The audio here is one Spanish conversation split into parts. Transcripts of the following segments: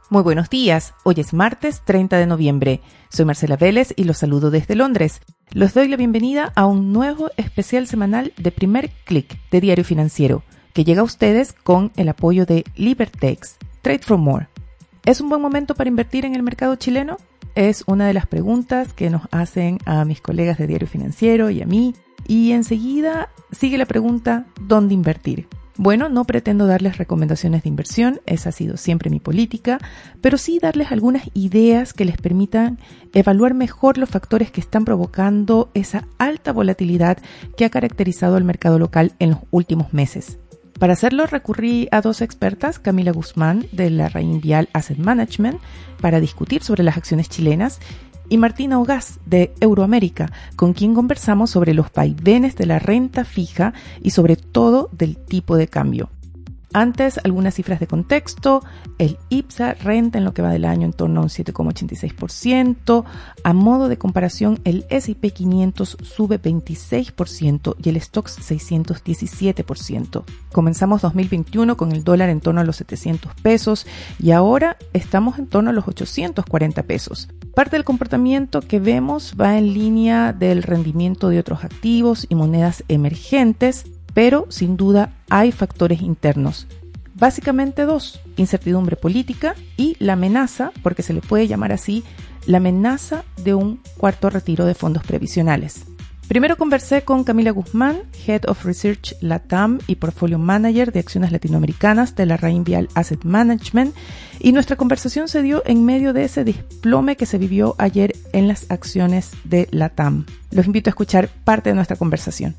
Muy buenos días, hoy es martes 30 de noviembre. Soy Marcela Vélez y los saludo desde Londres. Les doy la bienvenida a un nuevo especial semanal de Primer Click de Diario Financiero, que llega a ustedes con el apoyo de Libertex, Trade for More. ¿Es un buen momento para invertir en el mercado chileno? Es una de las preguntas que nos hacen a mis colegas de Diario Financiero y a mí. Y enseguida sigue la pregunta, ¿dónde invertir? Bueno, no pretendo darles recomendaciones de inversión, esa ha sido siempre mi política, pero sí darles algunas ideas que les permitan evaluar mejor los factores que están provocando esa alta volatilidad que ha caracterizado al mercado local en los últimos meses. Para hacerlo recurrí a dos expertas, Camila Guzmán de la Reinvial Asset Management, para discutir sobre las acciones chilenas, y Martina Ogaz de Euroamérica, con quien conversamos sobre los vaivenes de la renta fija y sobre todo del tipo de cambio. Antes, algunas cifras de contexto. El IPSA renta en lo que va del año en torno a un 7,86%. A modo de comparación, el S&P 500 sube 26% y el Stoxx 600 17%. Comenzamos 2021 con el dólar en torno a los 700 pesos y ahora estamos en torno a los 840 pesos. Parte del comportamiento que vemos va en línea del rendimiento de otros activos y monedas emergentes, pero sin duda hay factores internos. Básicamente dos: incertidumbre política y la amenaza, porque se le puede llamar así, la amenaza de un cuarto retiro de fondos previsionales. Primero conversé con Camila Guzmán, Head of Research LATAM y Portfolio Manager de acciones latinoamericanas de la Reinvial Asset Management, y nuestra conversación se dio en medio de ese desplome que se vivió ayer en las acciones de LATAM. Los invito a escuchar parte de nuestra conversación.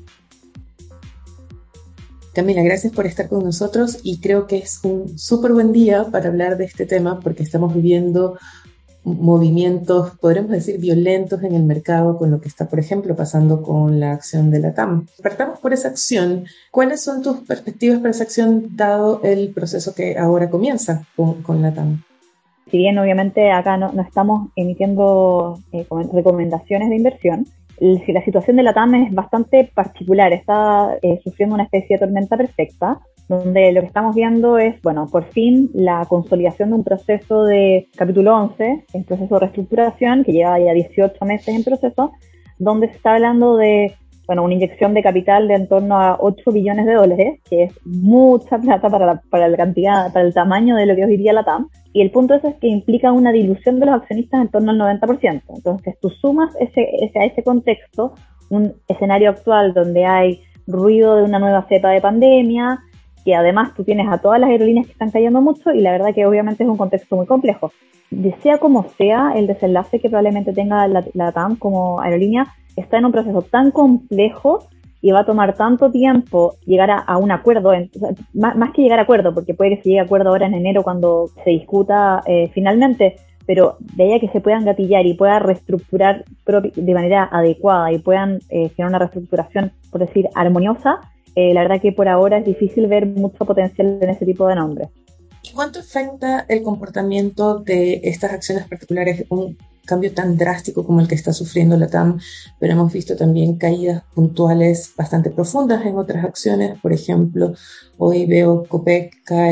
Camila, gracias por estar con nosotros y creo que es un súper buen día para hablar de este tema porque estamos viviendo movimientos, podríamos decir, violentos en el mercado con lo que está, por ejemplo, pasando con la acción de LATAM. Partamos por esa acción. ¿Cuáles son tus perspectivas para esa acción dado el proceso que ahora comienza con LATAM? Si bien obviamente acá no estamos emitiendo recomendaciones de inversión, la situación de LATAM es bastante particular, está sufriendo una especie de tormenta perfecta, donde lo que estamos viendo es, por fin la consolidación de un proceso de capítulo 11, el proceso de reestructuración, que lleva ya 18 meses en proceso, donde se está hablando de, una inyección de capital de en torno a 8 billones de dólares, que es mucha plata para la cantidad, para el tamaño de lo que hoy diría LATAM. Y el punto es que implica una dilución de los accionistas en torno al 90%. Entonces, tú sumas a ese contexto un escenario actual donde hay ruido de una nueva cepa de pandemia, que además tú tienes a todas las aerolíneas que están cayendo mucho, y la verdad que obviamente es un contexto muy complejo. Sea como sea el desenlace que probablemente tenga la TAM como aerolínea, está en un proceso tan complejo y va a tomar tanto tiempo llegar a un acuerdo, más que llegar a acuerdo, porque puede que se llegue a acuerdo ahora en enero cuando se discuta finalmente, pero de ahí a que se puedan gatillar y pueda reestructurar de manera adecuada y puedan generar una reestructuración, por decir, armoniosa, la verdad que por ahora es difícil ver mucho potencial en ese tipo de nombres. ¿Cuánto afecta el comportamiento de estas acciones particulares, un cambio tan drástico como el que está sufriendo LATAM? Pero hemos visto también caídas puntuales bastante profundas en otras acciones. Por ejemplo, hoy veo Copec cae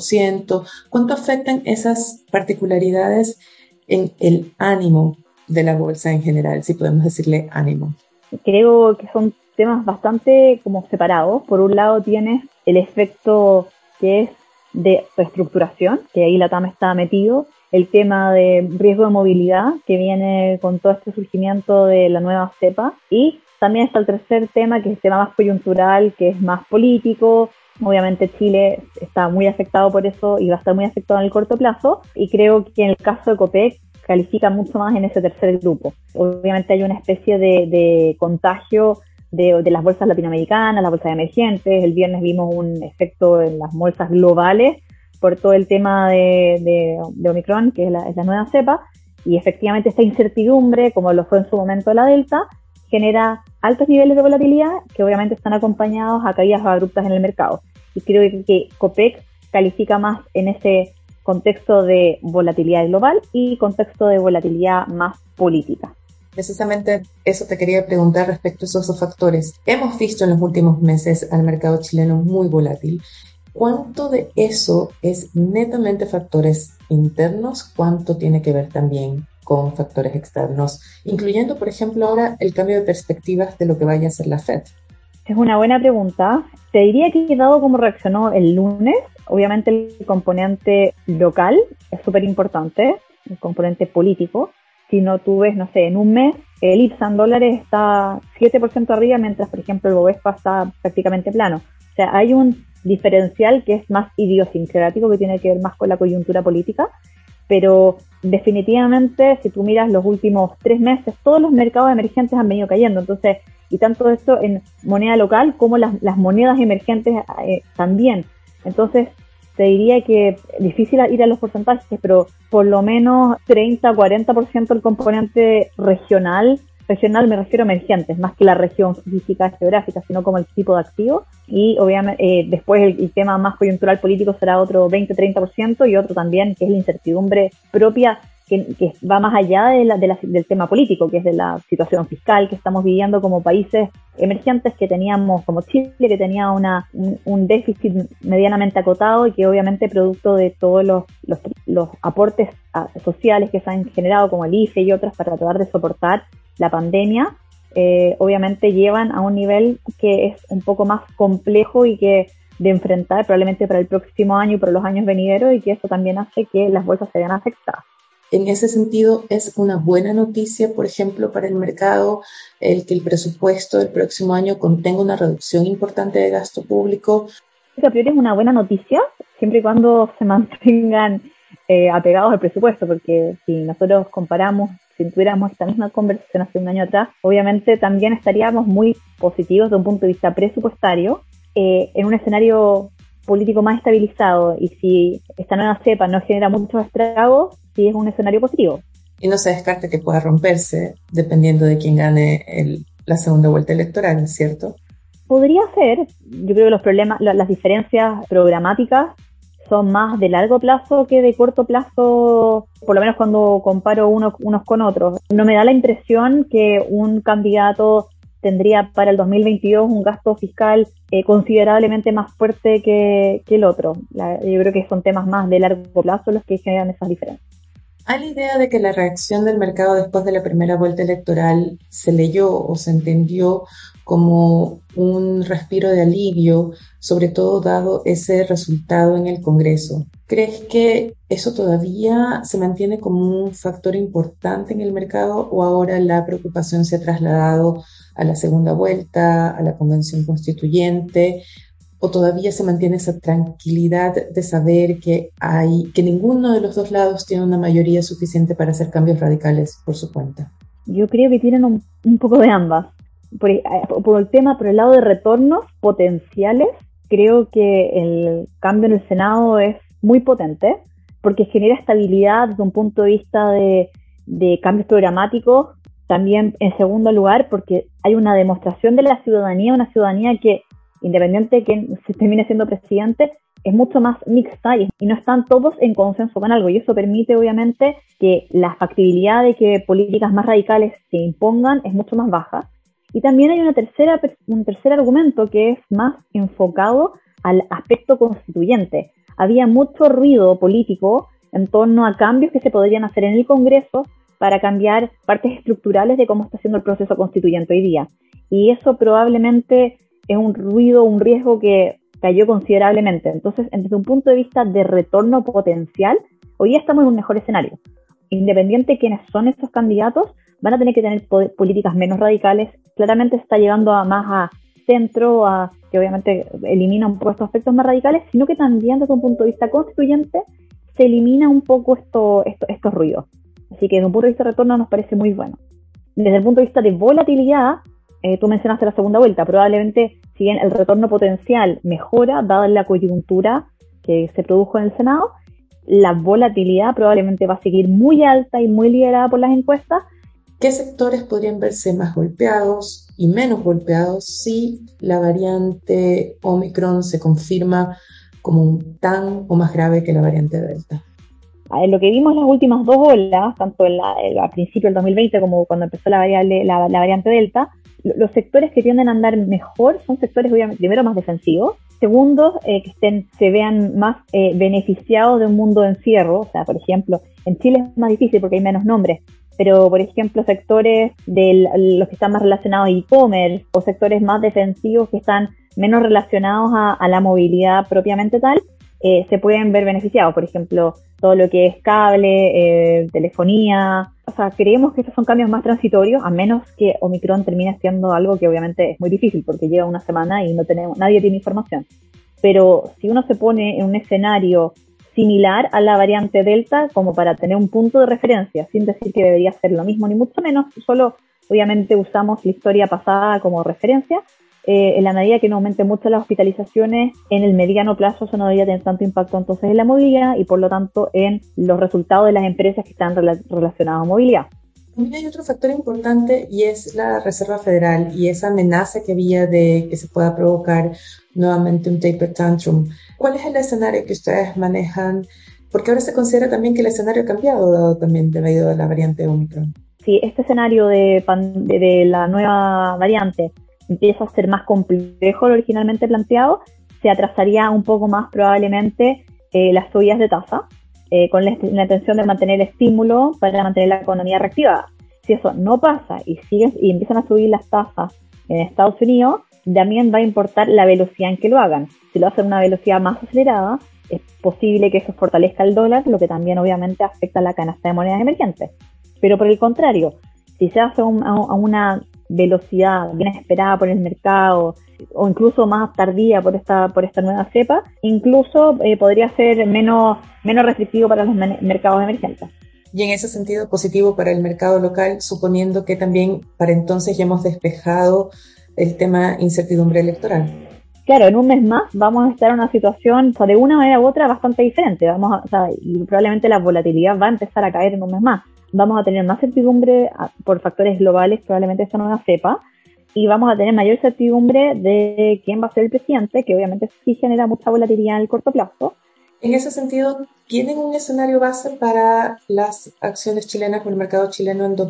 6%. ¿Cuánto afectan esas particularidades en el ánimo de la bolsa en general, si podemos decirle ánimo? Creo que son temas bastante como separados. Por un lado tienes el efecto que es de reestructuración, que ahí LATAM está metido, el tema de riesgo de movilidad que viene con todo este surgimiento de la nueva cepa, y también está el tercer tema, que es el tema más coyuntural, que es más político. Obviamente Chile está muy afectado por eso y va a estar muy afectado en el corto plazo, y creo que en el caso de Copec califica mucho más en ese tercer grupo. Obviamente hay una especie de contagio de las bolsas latinoamericanas, las bolsas emergentes. El viernes vimos un efecto en las bolsas globales por todo el tema de Omicron, que es la nueva cepa, y efectivamente esta incertidumbre, como lo fue en su momento la Delta, genera altos niveles de volatilidad que obviamente están acompañados a caídas abruptas en el mercado. Y creo que Copec califica más en ese contexto de volatilidad global y contexto de volatilidad más política. Precisamente eso te quería preguntar respecto a esos dos factores. Hemos visto en los últimos meses al mercado chileno muy volátil ¿Cuánto de eso es netamente factores internos? ¿Cuánto tiene que ver también con factores externos, incluyendo, por ejemplo, ahora el cambio de perspectivas de lo que vaya a ser la Fed? Es una buena pregunta. Te diría que dado cómo reaccionó el lunes, obviamente el componente local es súper importante, el componente político. Si no tú ves, no sé, en un mes el IPSA en dólares está 7% arriba, mientras, por ejemplo, el Bovespa está prácticamente plano. O sea, hay un diferencial que es más idiosincrático, que tiene que ver más con la coyuntura política, pero definitivamente, si tú miras los últimos 3 meses, todos los mercados emergentes han venido cayendo. Entonces, y tanto esto en moneda local como las monedas emergentes también. Entonces, te diría que difícil ir a los porcentajes, pero por lo menos 30-40% el componente regional me refiero a emergentes, más que la región física geográfica, sino como el tipo de activo. Y obviamente después el tema más coyuntural político será otro 20-30%, y otro también que es la incertidumbre propia que va más allá del tema político, que es de la situación fiscal que estamos viviendo como países emergentes, que teníamos como Chile, que tenía un déficit medianamente acotado, y que obviamente producto de todos los aportes sociales que se han generado, como el IFE y otras, para tratar de soportar la pandemia, obviamente llevan a un nivel que es un poco más complejo y que de enfrentar probablemente para el próximo año y para los años venideros, y que eso también hace que las bolsas se vean afectadas. En ese sentido, es una buena noticia, por ejemplo, para el mercado, el que el presupuesto del próximo año contenga una reducción importante de gasto público. A priori es una buena noticia, siempre y cuando se mantengan apegados al presupuesto, porque si nosotros comparamos, si tuviéramos esta misma conversación hace un año atrás, obviamente también estaríamos muy positivos de un punto de vista presupuestario, en un escenario político más estabilizado, y si esta nueva cepa no genera muchos estragos, sí es un escenario positivo. Y no se descarta que pueda romperse dependiendo de quién gane la segunda vuelta electoral, ¿cierto? Podría ser. Yo creo que los problemas, las diferencias programáticas son más de largo plazo que de corto plazo, por lo menos cuando comparo unos con otros. No me da la impresión que un candidato tendría para el 2022 un gasto fiscal considerablemente más fuerte que el otro. Yo creo que son temas más de largo plazo los que generan esas diferencias. ¿Hay la idea de que la reacción del mercado después de la primera vuelta electoral se leyó o se entendió como un respiro de alivio, sobre todo dado ese resultado en el Congreso? ¿Crees que eso todavía se mantiene como un factor importante en el mercado, o ahora la preocupación se ha trasladado a la segunda vuelta, a la convención constituyente? ¿O todavía se mantiene esa tranquilidad de saber que ninguno de los dos lados tiene una mayoría suficiente para hacer cambios radicales por su cuenta? Yo creo que tienen un poco de ambas. Por el lado de retornos potenciales, creo que el cambio en el Senado es muy potente, porque genera estabilidad desde un punto de vista de cambios programáticos. También, en segundo lugar, porque hay una demostración de la ciudadanía, una ciudadanía que, independiente de quién se termine siendo presidente, es mucho más mixta y no están todos en consenso con algo, y eso permite obviamente que la factibilidad de que políticas más radicales se impongan es mucho más baja. Y también hay un tercer argumento que es más enfocado al aspecto constituyente. Había mucho ruido político en torno a cambios que se podrían hacer en el Congreso para cambiar partes estructurales de cómo está siendo el proceso constituyente hoy día, y eso probablemente es un riesgo que cayó considerablemente. Entonces, desde un punto de vista de retorno potencial, hoy día estamos en un mejor escenario. Independiente de quiénes son estos candidatos, van a tener que tener políticas menos radicales. Claramente se está llegando más a centro, que obviamente elimina un poco estos aspectos más radicales, sino que también desde un punto de vista constituyente se elimina un poco estos ruidos. Así que desde un punto de vista de retorno nos parece muy bueno. Desde el punto de vista de volatilidad, tú mencionaste la segunda vuelta, probablemente si bien el retorno potencial mejora, dada la coyuntura que se produjo en el Senado, la volatilidad probablemente va a seguir muy alta y muy liderada por las encuestas. ¿Qué sectores podrían verse más golpeados y menos golpeados si la variante Omicron se confirma como tan o más grave que la variante Delta? Lo que vimos en las últimas 2 olas, tanto al principio del 2020 como cuando empezó la variante Delta, los sectores que tienden a andar mejor son sectores obviamente primero más defensivos, Segundos, que se vean más beneficiados de un mundo de encierro. O sea, por ejemplo, en Chile es más difícil porque hay menos nombres, pero por ejemplo sectores de los que están más relacionados a e-commerce o sectores más defensivos que están menos relacionados a la movilidad propiamente tal, se pueden ver beneficiados. Por ejemplo, todo lo que es cable, telefonía. O sea, creemos que estos son cambios más transitorios, a menos que Omicron termine siendo algo que obviamente es muy difícil porque llega una semana y nadie tiene información. Pero si uno se pone en un escenario similar a la variante Delta, como para tener un punto de referencia, sin decir que debería ser lo mismo, ni mucho menos, solo obviamente usamos la historia pasada como referencia. En la medida que no aumenten mucho las hospitalizaciones, en el mediano plazo eso no debería tener tanto impacto entonces en la movilidad y por lo tanto en los resultados de las empresas que están relacionadas a movilidad. También hay otro factor importante y es la Reserva Federal y esa amenaza que había de que se pueda provocar nuevamente un taper tantrum. ¿Cuál es el escenario que ustedes manejan? Porque ahora se considera también que el escenario ha cambiado, dado también debido a la variante Omicron. Sí, este escenario de la nueva variante empieza a ser más complejo de lo originalmente planteado, se atrasaría un poco más probablemente las subidas de tasa, con la intención de mantener el estímulo para mantener la economía reactivada. Si eso no pasa y empiezan a subir las tasas en Estados Unidos, también va a importar la velocidad en que lo hagan. Si lo hacen a una velocidad más acelerada, es posible que eso fortalezca el dólar, lo que también obviamente afecta a la canasta de monedas emergentes. Pero por el contrario, si se hace a una velocidad bien esperada por el mercado o incluso más tardía por esta nueva cepa, incluso podría ser menos restrictivo para los mercados emergentes. Y en ese sentido positivo para el mercado local, suponiendo que también para entonces ya hemos despejado el tema incertidumbre electoral. Claro, en un mes más vamos a estar en una situación, de una manera u otra, bastante diferente. Y probablemente la volatilidad va a empezar a caer en un mes más. Vamos a tener más certidumbre por factores globales, probablemente esta nueva cepa, y vamos a tener mayor certidumbre de quién va a ser el presidente, que obviamente sí genera mucha volatilidad en el corto plazo. En ese sentido, ¿tienen un escenario base para las acciones chilenas o el mercado chileno en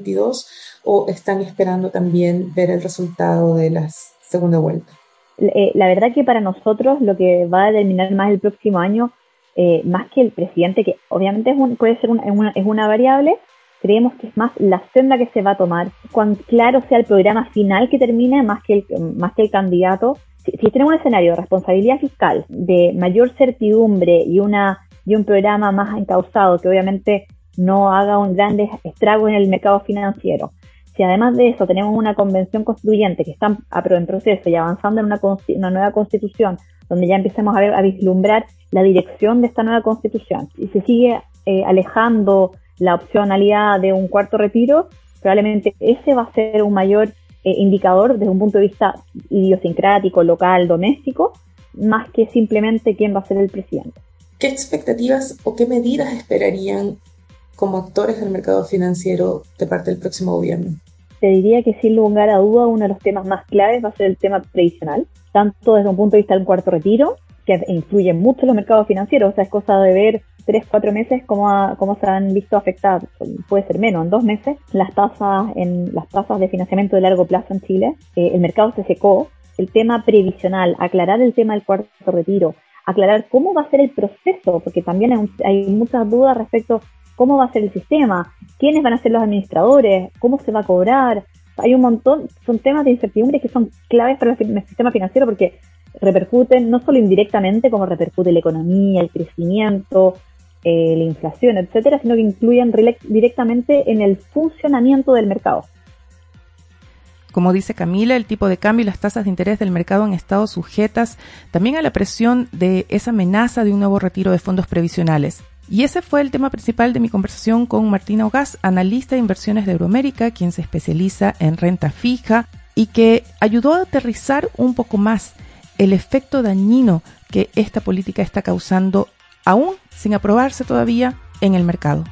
2022 o están esperando también ver el resultado de la segunda vuelta? La verdad que para nosotros lo que va a determinar más el próximo año, más que el presidente, que obviamente puede ser una variable, creemos que es más la senda que se va a tomar, cuán claro sea el programa final que termine, más que el candidato. Si tenemos un escenario de responsabilidad fiscal, de mayor certidumbre y un programa más encauzado que obviamente no haga un gran estrago en el mercado financiero, si además de eso tenemos una convención constituyente que está en proceso y avanzando en una nueva constitución, donde ya empecemos a vislumbrar la dirección de esta nueva constitución, y se sigue alejando la opcionalidad de un cuarto retiro, probablemente ese va a ser un mayor indicador desde un punto de vista idiosincrático, local, doméstico, más que simplemente quién va a ser el presidente. ¿Qué expectativas o qué medidas esperarían como actores del mercado financiero de parte del próximo gobierno? Te diría que sin lugar a duda uno de los temas más claves va a ser el tema previsional, tanto desde un punto de vista del cuarto retiro, que influye mucho en los mercados financieros. O sea, es cosa de ver 3-4 meses cómo se han visto afectadas, puede ser menos, en 2 meses, las tasas de financiamiento de largo plazo en Chile. El mercado se secó. El tema previsional, aclarar el tema del cuarto retiro, aclarar cómo va a ser el proceso, porque también hay muchas dudas respecto a cómo va a ser el sistema, quiénes van a ser los administradores, cómo se va a cobrar. Hay un montón, son temas de incertidumbre que son claves para el sistema financiero porque repercuten no solo indirectamente como repercute la economía, el crecimiento, la inflación, etcétera, sino que incluyen directamente en el funcionamiento del mercado. Como dice Camila, el tipo de cambio y las tasas de interés del mercado han estado sujetas también a la presión de esa amenaza de un nuevo retiro de fondos previsionales. Y ese fue el tema principal de mi conversación con Martina Ogaz, analista de inversiones de Euroamérica, quien se especializa en renta fija y que ayudó a aterrizar un poco más el efecto dañino que esta política está causando, aún sin aprobarse todavía, en el mercado.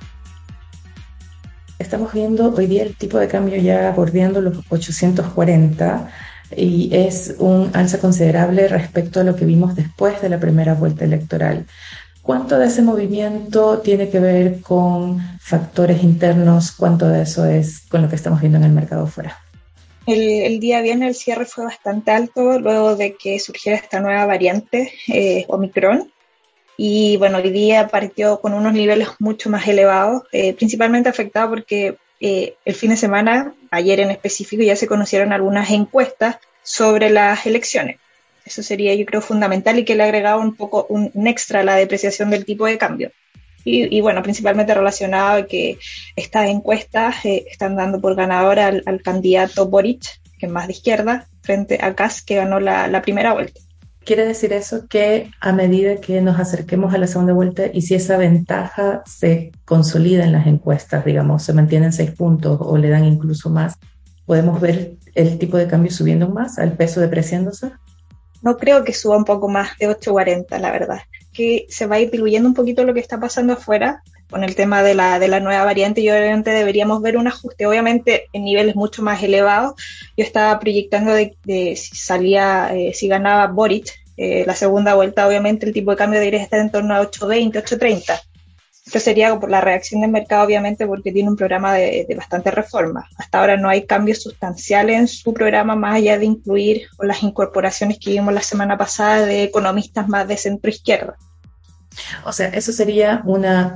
Estamos viendo hoy día el tipo de cambio ya bordeando los 840 y es un alza considerable respecto a lo que vimos después de la primera vuelta electoral. ¿Cuánto de ese movimiento tiene que ver con factores internos? ¿Cuánto de eso es con lo que estamos viendo en el mercado fuera? el día viernes el cierre fue bastante alto luego de que surgiera esta nueva variante, Omicron. Y bueno, hoy día partió con unos niveles mucho más elevados, principalmente afectado porque el fin de semana, ayer en específico, ya se conocieron algunas encuestas sobre las elecciones. Eso sería, yo creo, fundamental y que le agregaba un poco un extra a la depreciación del tipo de cambio. Y bueno, principalmente relacionado a que estas encuestas están dando por ganador al candidato Boric, que es más de izquierda, frente a Kast, que ganó la primera vuelta. ¿Quiere decir eso que a medida que nos acerquemos a la segunda vuelta y si esa ventaja se consolida en las encuestas, digamos, se mantienen 6 puntos o le dan incluso más, podemos ver el tipo de cambio subiendo más, al peso depreciándose? No creo que suba un poco más de 8.40, la verdad. Que se va a ir diluyendo un poquito lo que está pasando afuera con el tema de la nueva variante y obviamente deberíamos ver un ajuste, obviamente en niveles mucho más elevados. Yo estaba proyectando de si ganaba Boric la segunda vuelta, obviamente el tipo de cambio debería estar en torno a 8.20, 8.30. Esto sería por la reacción del mercado, obviamente, porque tiene un programa de bastante reforma. Hasta ahora no hay cambios sustanciales en su programa, más allá de incluir las incorporaciones que vimos la semana pasada de economistas más de centro-izquierda. O sea, eso sería una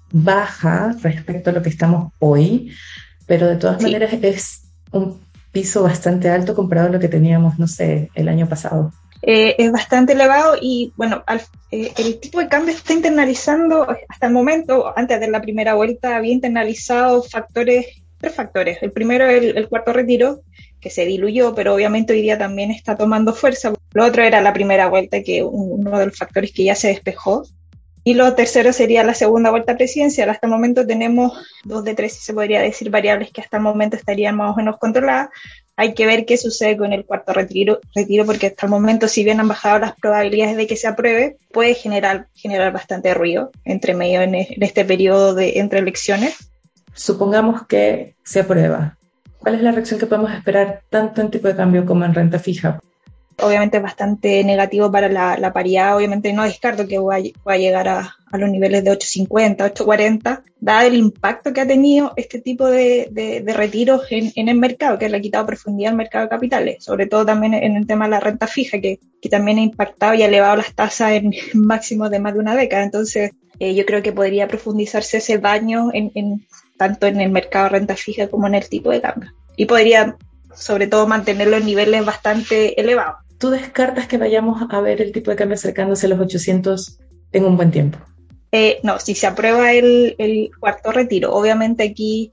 baja respecto a lo que estamos hoy, pero de todas maneras es un piso bastante alto comparado a lo que teníamos, no sé, el año pasado. Es bastante elevado y bueno, el tipo de cambio está internalizando hasta el momento, antes de la primera vuelta, había internalizado tres factores. El primero es el cuarto retiro, que se diluyó, pero obviamente hoy día también está tomando fuerza. Lo otro era la primera vuelta, que uno de los factores que ya se despejó. Y lo tercero sería la segunda vuelta presidencial. Hasta el momento tenemos 2 de 3, si se podría decir, variables que hasta el momento estarían más o menos controladas. Hay que ver qué sucede con el cuarto retiro, porque hasta el momento, si bien han bajado las probabilidades de que se apruebe, puede generar bastante ruido entre medio en este periodo entre elecciones. Supongamos que se aprueba. ¿Cuál es la reacción que podemos esperar tanto en tipo de cambio como en renta fija? Obviamente es bastante negativo para la paridad. Obviamente no descarto que pueda llegar a los niveles de 8.50, 8.40, dado el impacto que ha tenido este tipo de retiros en el mercado, que le ha quitado profundidad al mercado de capitales, sobre todo también en el tema de la renta fija, que también ha impactado y ha elevado las tasas en máximos de más de una década. Entonces, yo creo que podría profundizarse ese daño tanto en el mercado de renta fija como en el tipo de cambio. Y podría, sobre todo, mantenerlo en niveles bastante elevados. ¿Tú descartas que vayamos a ver el tipo de cambio acercándose a los 800 en un buen tiempo? No, si se aprueba el cuarto retiro, obviamente aquí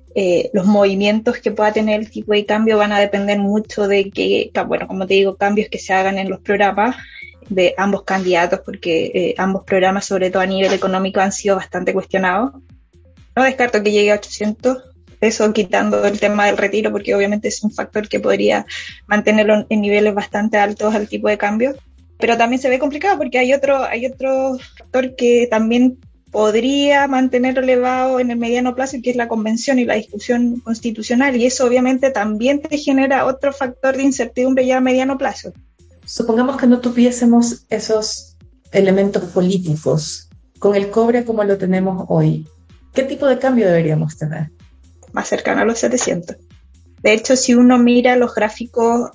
los movimientos que pueda tener el tipo de cambio van a depender mucho de que, bueno, como te digo, cambios que se hagan en los programas de ambos candidatos, porque ambos programas, sobre todo a nivel económico, han sido bastante cuestionados. No descarto que llegue a 800, eso quitando el tema del retiro, porque obviamente es un factor que podría mantenerlo en niveles bastante altos al tipo de cambio. Pero también se ve complicado porque hay otro factor que también podría mantenerlo elevado en el mediano plazo, que es la convención y la discusión constitucional, y eso obviamente también te genera otro factor de incertidumbre ya a mediano plazo. Supongamos que no tuviésemos esos elementos políticos con el cobre como lo tenemos hoy. ¿Qué tipo de cambio deberíamos tener? Más cercano a los 700. De hecho, si uno mira los gráficos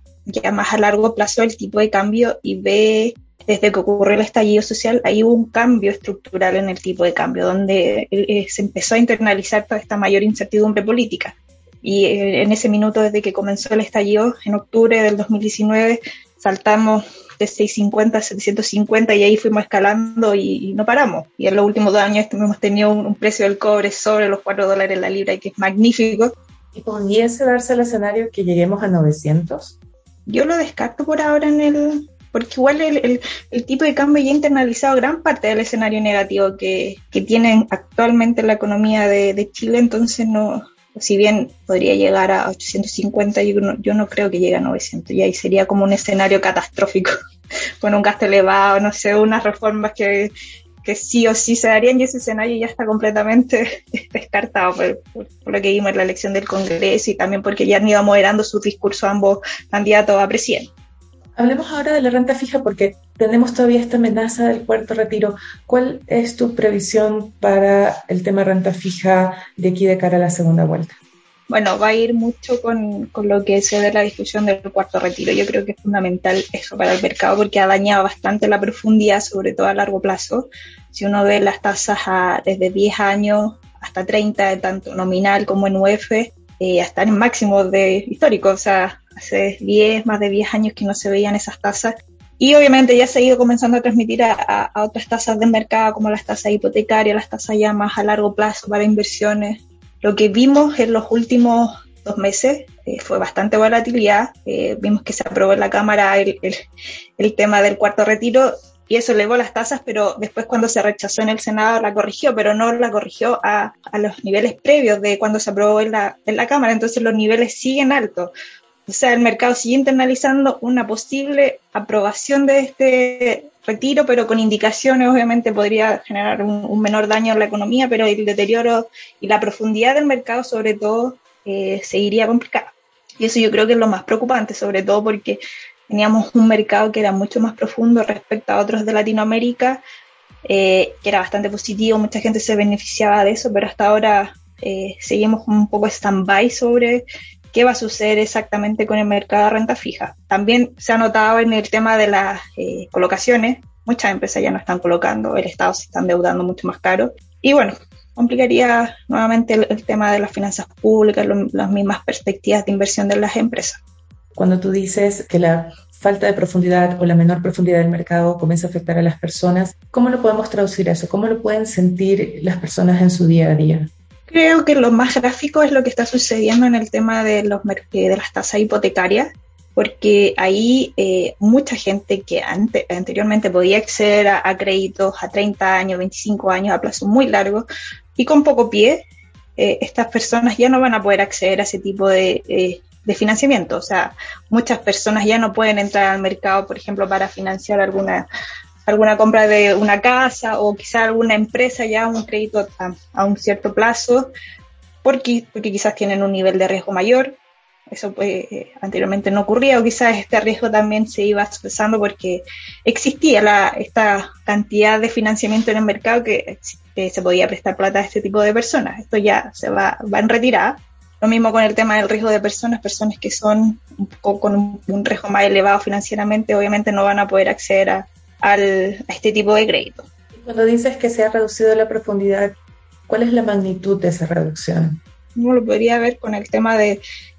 ya más a largo plazo del tipo de cambio y ve desde que ocurrió el estallido social, hay un cambio estructural en el tipo de cambio, donde se empezó a internalizar toda esta mayor incertidumbre política. Y en ese minuto, desde que comenzó el estallido, en octubre del 2019, saltamos de 650 a 750 y ahí fuimos escalando y no paramos. Y en los últimos 2 años hemos tenido un precio del cobre sobre los $4 la libra, que es magnífico. ¿Y pudiese darse el escenario que lleguemos a 900? Yo lo descarto por ahora porque igual el tipo de cambio ya ha internalizado gran parte del escenario negativo que tienen actualmente la economía de Chile, entonces no, si bien podría llegar a 850, yo no creo que llegue a 900, y ahí sería como un escenario catastrófico, con un gasto elevado, no sé, unas reformas que sí o sí se darían, y ese escenario ya está completamente descartado por lo que vimos en la elección del Congreso y también porque ya han ido moderando su discurso ambos candidatos a presidente. Hablemos ahora de la renta fija porque tenemos todavía esta amenaza del cuarto retiro. ¿Cuál es tu previsión para el tema renta fija de aquí de cara a la segunda vuelta? bueno, va a ir mucho con lo que se ve la discusión del cuarto retiro. Yo creo que es fundamental eso para el mercado porque ha dañado bastante la profundidad, sobre todo a largo plazo. Si uno ve las tasas desde 10 años hasta 30, tanto nominal como en UF, están en máximos históricos, o sea, hace más de 10 años que no se veían esas tasas. Y obviamente ya se ha ido comenzando a transmitir a otras tasas de mercado, como las tasas hipotecarias, las tasas ya más a largo plazo para inversiones. Lo que vimos en los últimos 2 meses fue bastante volatilidad. Vimos que se aprobó en la Cámara el tema del cuarto retiro y eso elevó las tasas, pero después cuando se rechazó en el Senado la corrigió, pero no la corrigió a los niveles previos de cuando se aprobó en la Cámara. Entonces los niveles siguen altos. O sea, el mercado sigue internalizando una posible aprobación de este retiro, pero con indicaciones, obviamente podría generar un menor daño en la economía, pero el deterioro y la profundidad del mercado, sobre todo, seguiría complicada. Y eso yo creo que es lo más preocupante, sobre todo porque teníamos un mercado que era mucho más profundo respecto a otros de Latinoamérica, que era bastante positivo, mucha gente se beneficiaba de eso, pero hasta ahora seguimos un poco stand-by sobre qué va a suceder exactamente con el mercado de renta fija. También se ha notado en el tema de las colocaciones, muchas empresas ya no están colocando, el Estado se está endeudando mucho más caro, y bueno, complicaría nuevamente el tema de las finanzas públicas, las mismas perspectivas de inversión de las empresas. Cuando tú dices que la falta de profundidad o la menor profundidad del mercado comienza a afectar a las personas, ¿cómo lo podemos traducir eso? ¿Cómo lo pueden sentir las personas en su día a día? Creo que lo más gráfico es lo que está sucediendo en el tema de las tasas hipotecarias, porque ahí mucha gente que anteriormente podía acceder a créditos a 30 años, 25 años, a plazos muy largos y con poco pie, estas personas ya no van a poder acceder a ese tipo de financiamiento. O sea, muchas personas ya no pueden entrar al mercado, por ejemplo, para financiar alguna compra de una casa o quizá alguna empresa ya un crédito a un cierto plazo porque quizás tienen un nivel de riesgo mayor. Eso anteriormente no ocurría, o quizás este riesgo también se iba expresando porque existía esta cantidad de financiamiento en el mercado que se podía prestar plata a este tipo de personas. Esto ya se va en retirada. Lo mismo con el tema del riesgo de personas que son con un riesgo más elevado financieramente, obviamente no van a poder acceder a este tipo de crédito. Cuando dices que se ha reducido la profundidad, ¿cuál es la magnitud de esa reducción? Uno lo podría ver con el tema de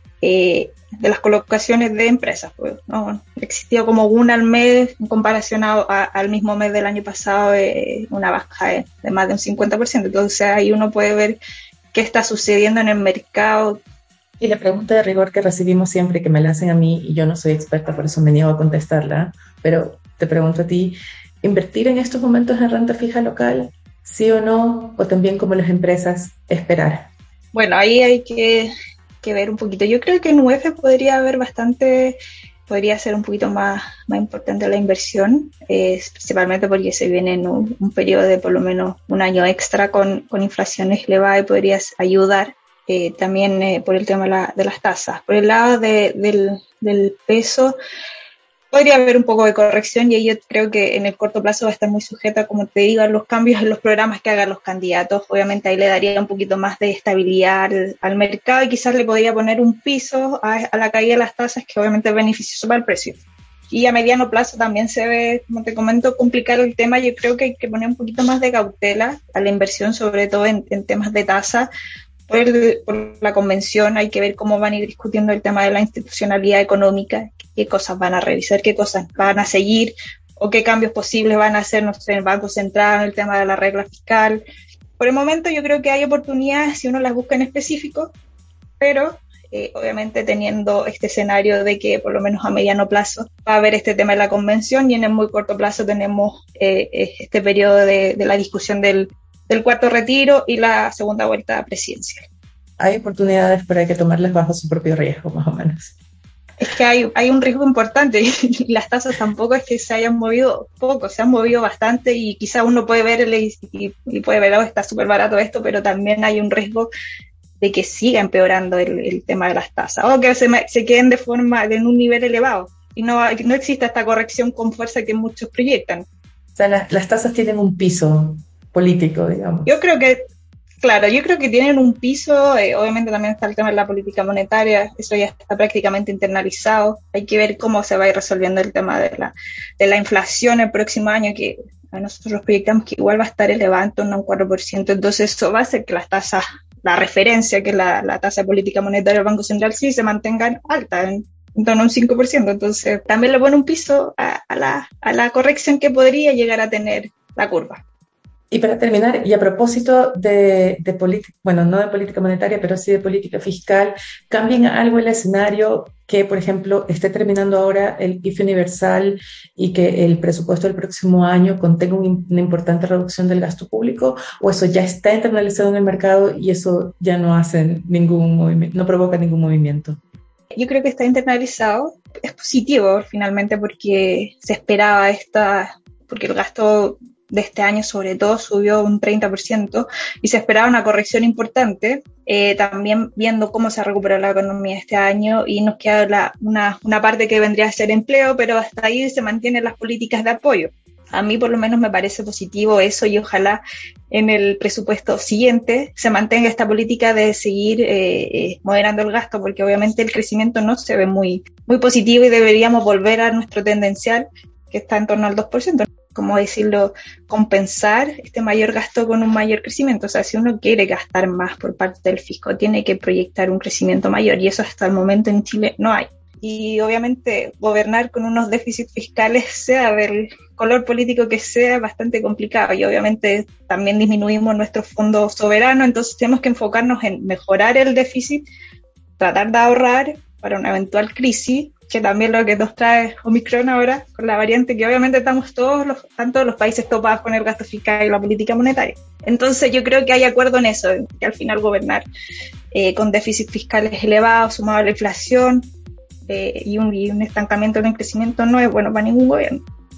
las colocaciones de empresas, pues, ¿no? Existía como una al mes en comparación al mismo mes del año pasado, una baja de más de un 50%. Entonces ahí uno puede ver qué está sucediendo en el mercado. Y la pregunta de rigor que recibimos siempre, que me la hacen a mí, y yo no soy experta, por eso me niego a contestarla, pero te pregunto a ti, ¿invertir en estos momentos en renta fija local, sí o no? ¿O también como las empresas, esperar? Bueno, ahí hay que ver un poquito. Yo creo que en UF podría ser un poquito más importante la inversión, principalmente porque se viene en un periodo de por lo menos un año extra con inflaciones elevadas y podría ayudar. También por el tema de las tasas. Por el lado del peso, podría haber un poco de corrección y yo creo que en el corto plazo va a estar muy sujeta, como te digo, a los cambios en los programas que hagan los candidatos. Obviamente ahí le daría un poquito más de estabilidad al mercado y quizás le podría poner un piso a la caída de las tasas, que obviamente es beneficioso para el precio. Y a mediano plazo también se ve, como te comento, complicar el tema. Yo creo que hay que poner un poquito más de cautela a la inversión, sobre todo en temas de tasa. Por la convención hay que ver cómo van a ir discutiendo el tema de la institucionalidad económica, qué cosas van a revisar, qué cosas van a seguir o qué cambios posibles van a hacer, no sé, en el Banco Central, en el tema de la regla fiscal. Por el momento yo creo que hay oportunidades si uno las busca en específico, pero obviamente teniendo este escenario de que por lo menos a mediano plazo va a haber este tema de la convención y en el muy corto plazo tenemos este periodo de la discusión del cuarto retiro y la segunda vuelta presidencial. Hay oportunidades, pero hay que tomarlas bajo su propio riesgo, más o menos. Es que hay un riesgo importante y las tasas tampoco es que se hayan movido poco, se han movido bastante y quizá uno puede ver y puede ver, oh, está súper barato esto, pero también hay un riesgo de que siga empeorando el tema de las tasas o que se queden en un nivel elevado y no exista esta corrección con fuerza que muchos proyectan. O sea, las tasas tienen un piso político, digamos. Yo creo que Claro, yo creo que tienen un piso, obviamente también está el tema de la política monetaria, eso ya está prácticamente internalizado, hay que ver cómo se va a ir resolviendo el tema de la inflación el próximo año, que nosotros proyectamos que igual va a estar elevada en torno a un 4%, entonces eso va a hacer que las tasas, la referencia, que es la tasa de política monetaria del Banco Central, sí se mantengan altas, en torno a un 5%, entonces también le pone un piso a la corrección que podría llegar a tener la curva. Y para terminar, y a propósito de política, bueno, no de política monetaria, pero sí de política fiscal, ¿cambia algo el escenario que, por ejemplo, esté terminando ahora el IFE universal y que el presupuesto del próximo año contenga una importante reducción del gasto público? ¿O eso ya está internalizado en el mercado y eso ya no hace ningún movimiento, no provoca ningún movimiento? Yo creo que está internalizado. Es positivo finalmente porque se esperaba porque el gasto de este año sobre todo subió un 30% y se esperaba una corrección importante, también viendo cómo se ha recuperado la economía este año y nos queda una parte que vendría a ser empleo, pero hasta ahí se mantienen las políticas de apoyo. A mí por lo menos me parece positivo eso y ojalá en el presupuesto siguiente se mantenga esta política de seguir moderando el gasto, porque obviamente el crecimiento no se ve muy, muy positivo y deberíamos volver a nuestro tendencial que está en torno al 2%. Como decirlo, compensar este mayor gasto con un mayor crecimiento. O sea, si uno quiere gastar más por parte del fisco, tiene que proyectar un crecimiento mayor y eso hasta el momento en Chile no hay. Y obviamente gobernar con unos déficits fiscales, sea del color político que sea, bastante complicado. Y obviamente también disminuimos nuestro fondo soberano, entonces tenemos que enfocarnos en mejorar el déficit, tratar de ahorrar para una eventual crisis, que también lo que nos trae Omicron ahora, con la variante, que obviamente estamos tanto los países topados con el gasto fiscal y la política monetaria. Entonces yo creo que hay acuerdo en eso, que al final gobernar con déficit fiscales elevados, sumado a la inflación y un estancamiento en el crecimiento no es bueno para ningún gobierno.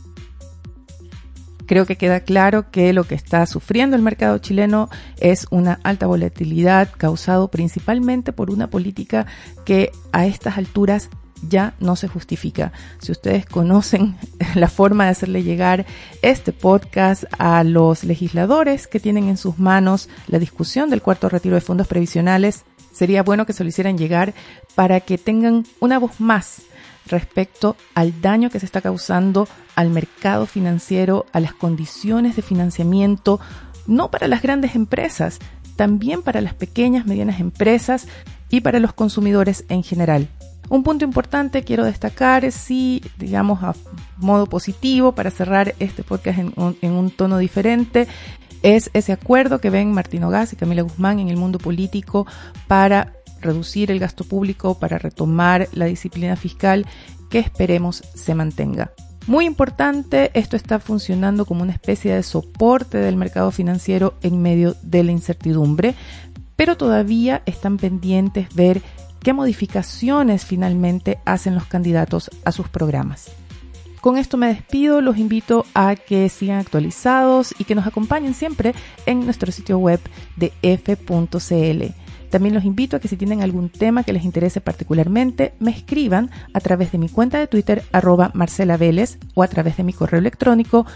Creo que queda claro que lo que está sufriendo el mercado chileno es una alta volatilidad causado principalmente por una política que a estas alturas ya no se justifica. Si ustedes conocen la forma de hacerle llegar este podcast a los legisladores que tienen en sus manos la discusión del cuarto retiro de fondos previsionales, sería bueno que se lo hicieran llegar para que tengan una voz más respecto al daño que se está causando al mercado financiero, a las condiciones de financiamiento, no para las grandes empresas, también para las pequeñas, medianas empresas y para los consumidores en general. Un punto importante quiero destacar, sí, digamos a modo positivo, para cerrar este podcast en un tono diferente, es ese acuerdo que ven Martín Ogaz y Camila Guzmán en el mundo político para reducir el gasto público, para retomar la disciplina fiscal, que esperemos se mantenga. Muy importante, esto está funcionando como una especie de soporte del mercado financiero en medio de la incertidumbre, pero todavía están pendientes ver qué modificaciones finalmente hacen los candidatos a sus programas. Con esto me despido, los invito a que sigan actualizados y que nos acompañen siempre en nuestro sitio web de f.cl. También los invito a que si tienen algún tema que les interese particularmente, me escriban a través de mi cuenta de Twitter @marcelaveles o a través de mi correo electrónico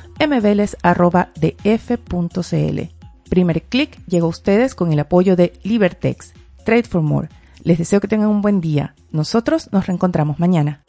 mveles@df.cl. Primer Click llega a ustedes con el apoyo de Libertex, Trade for More. Les deseo que tengan un buen día. Nosotros nos reencontramos mañana.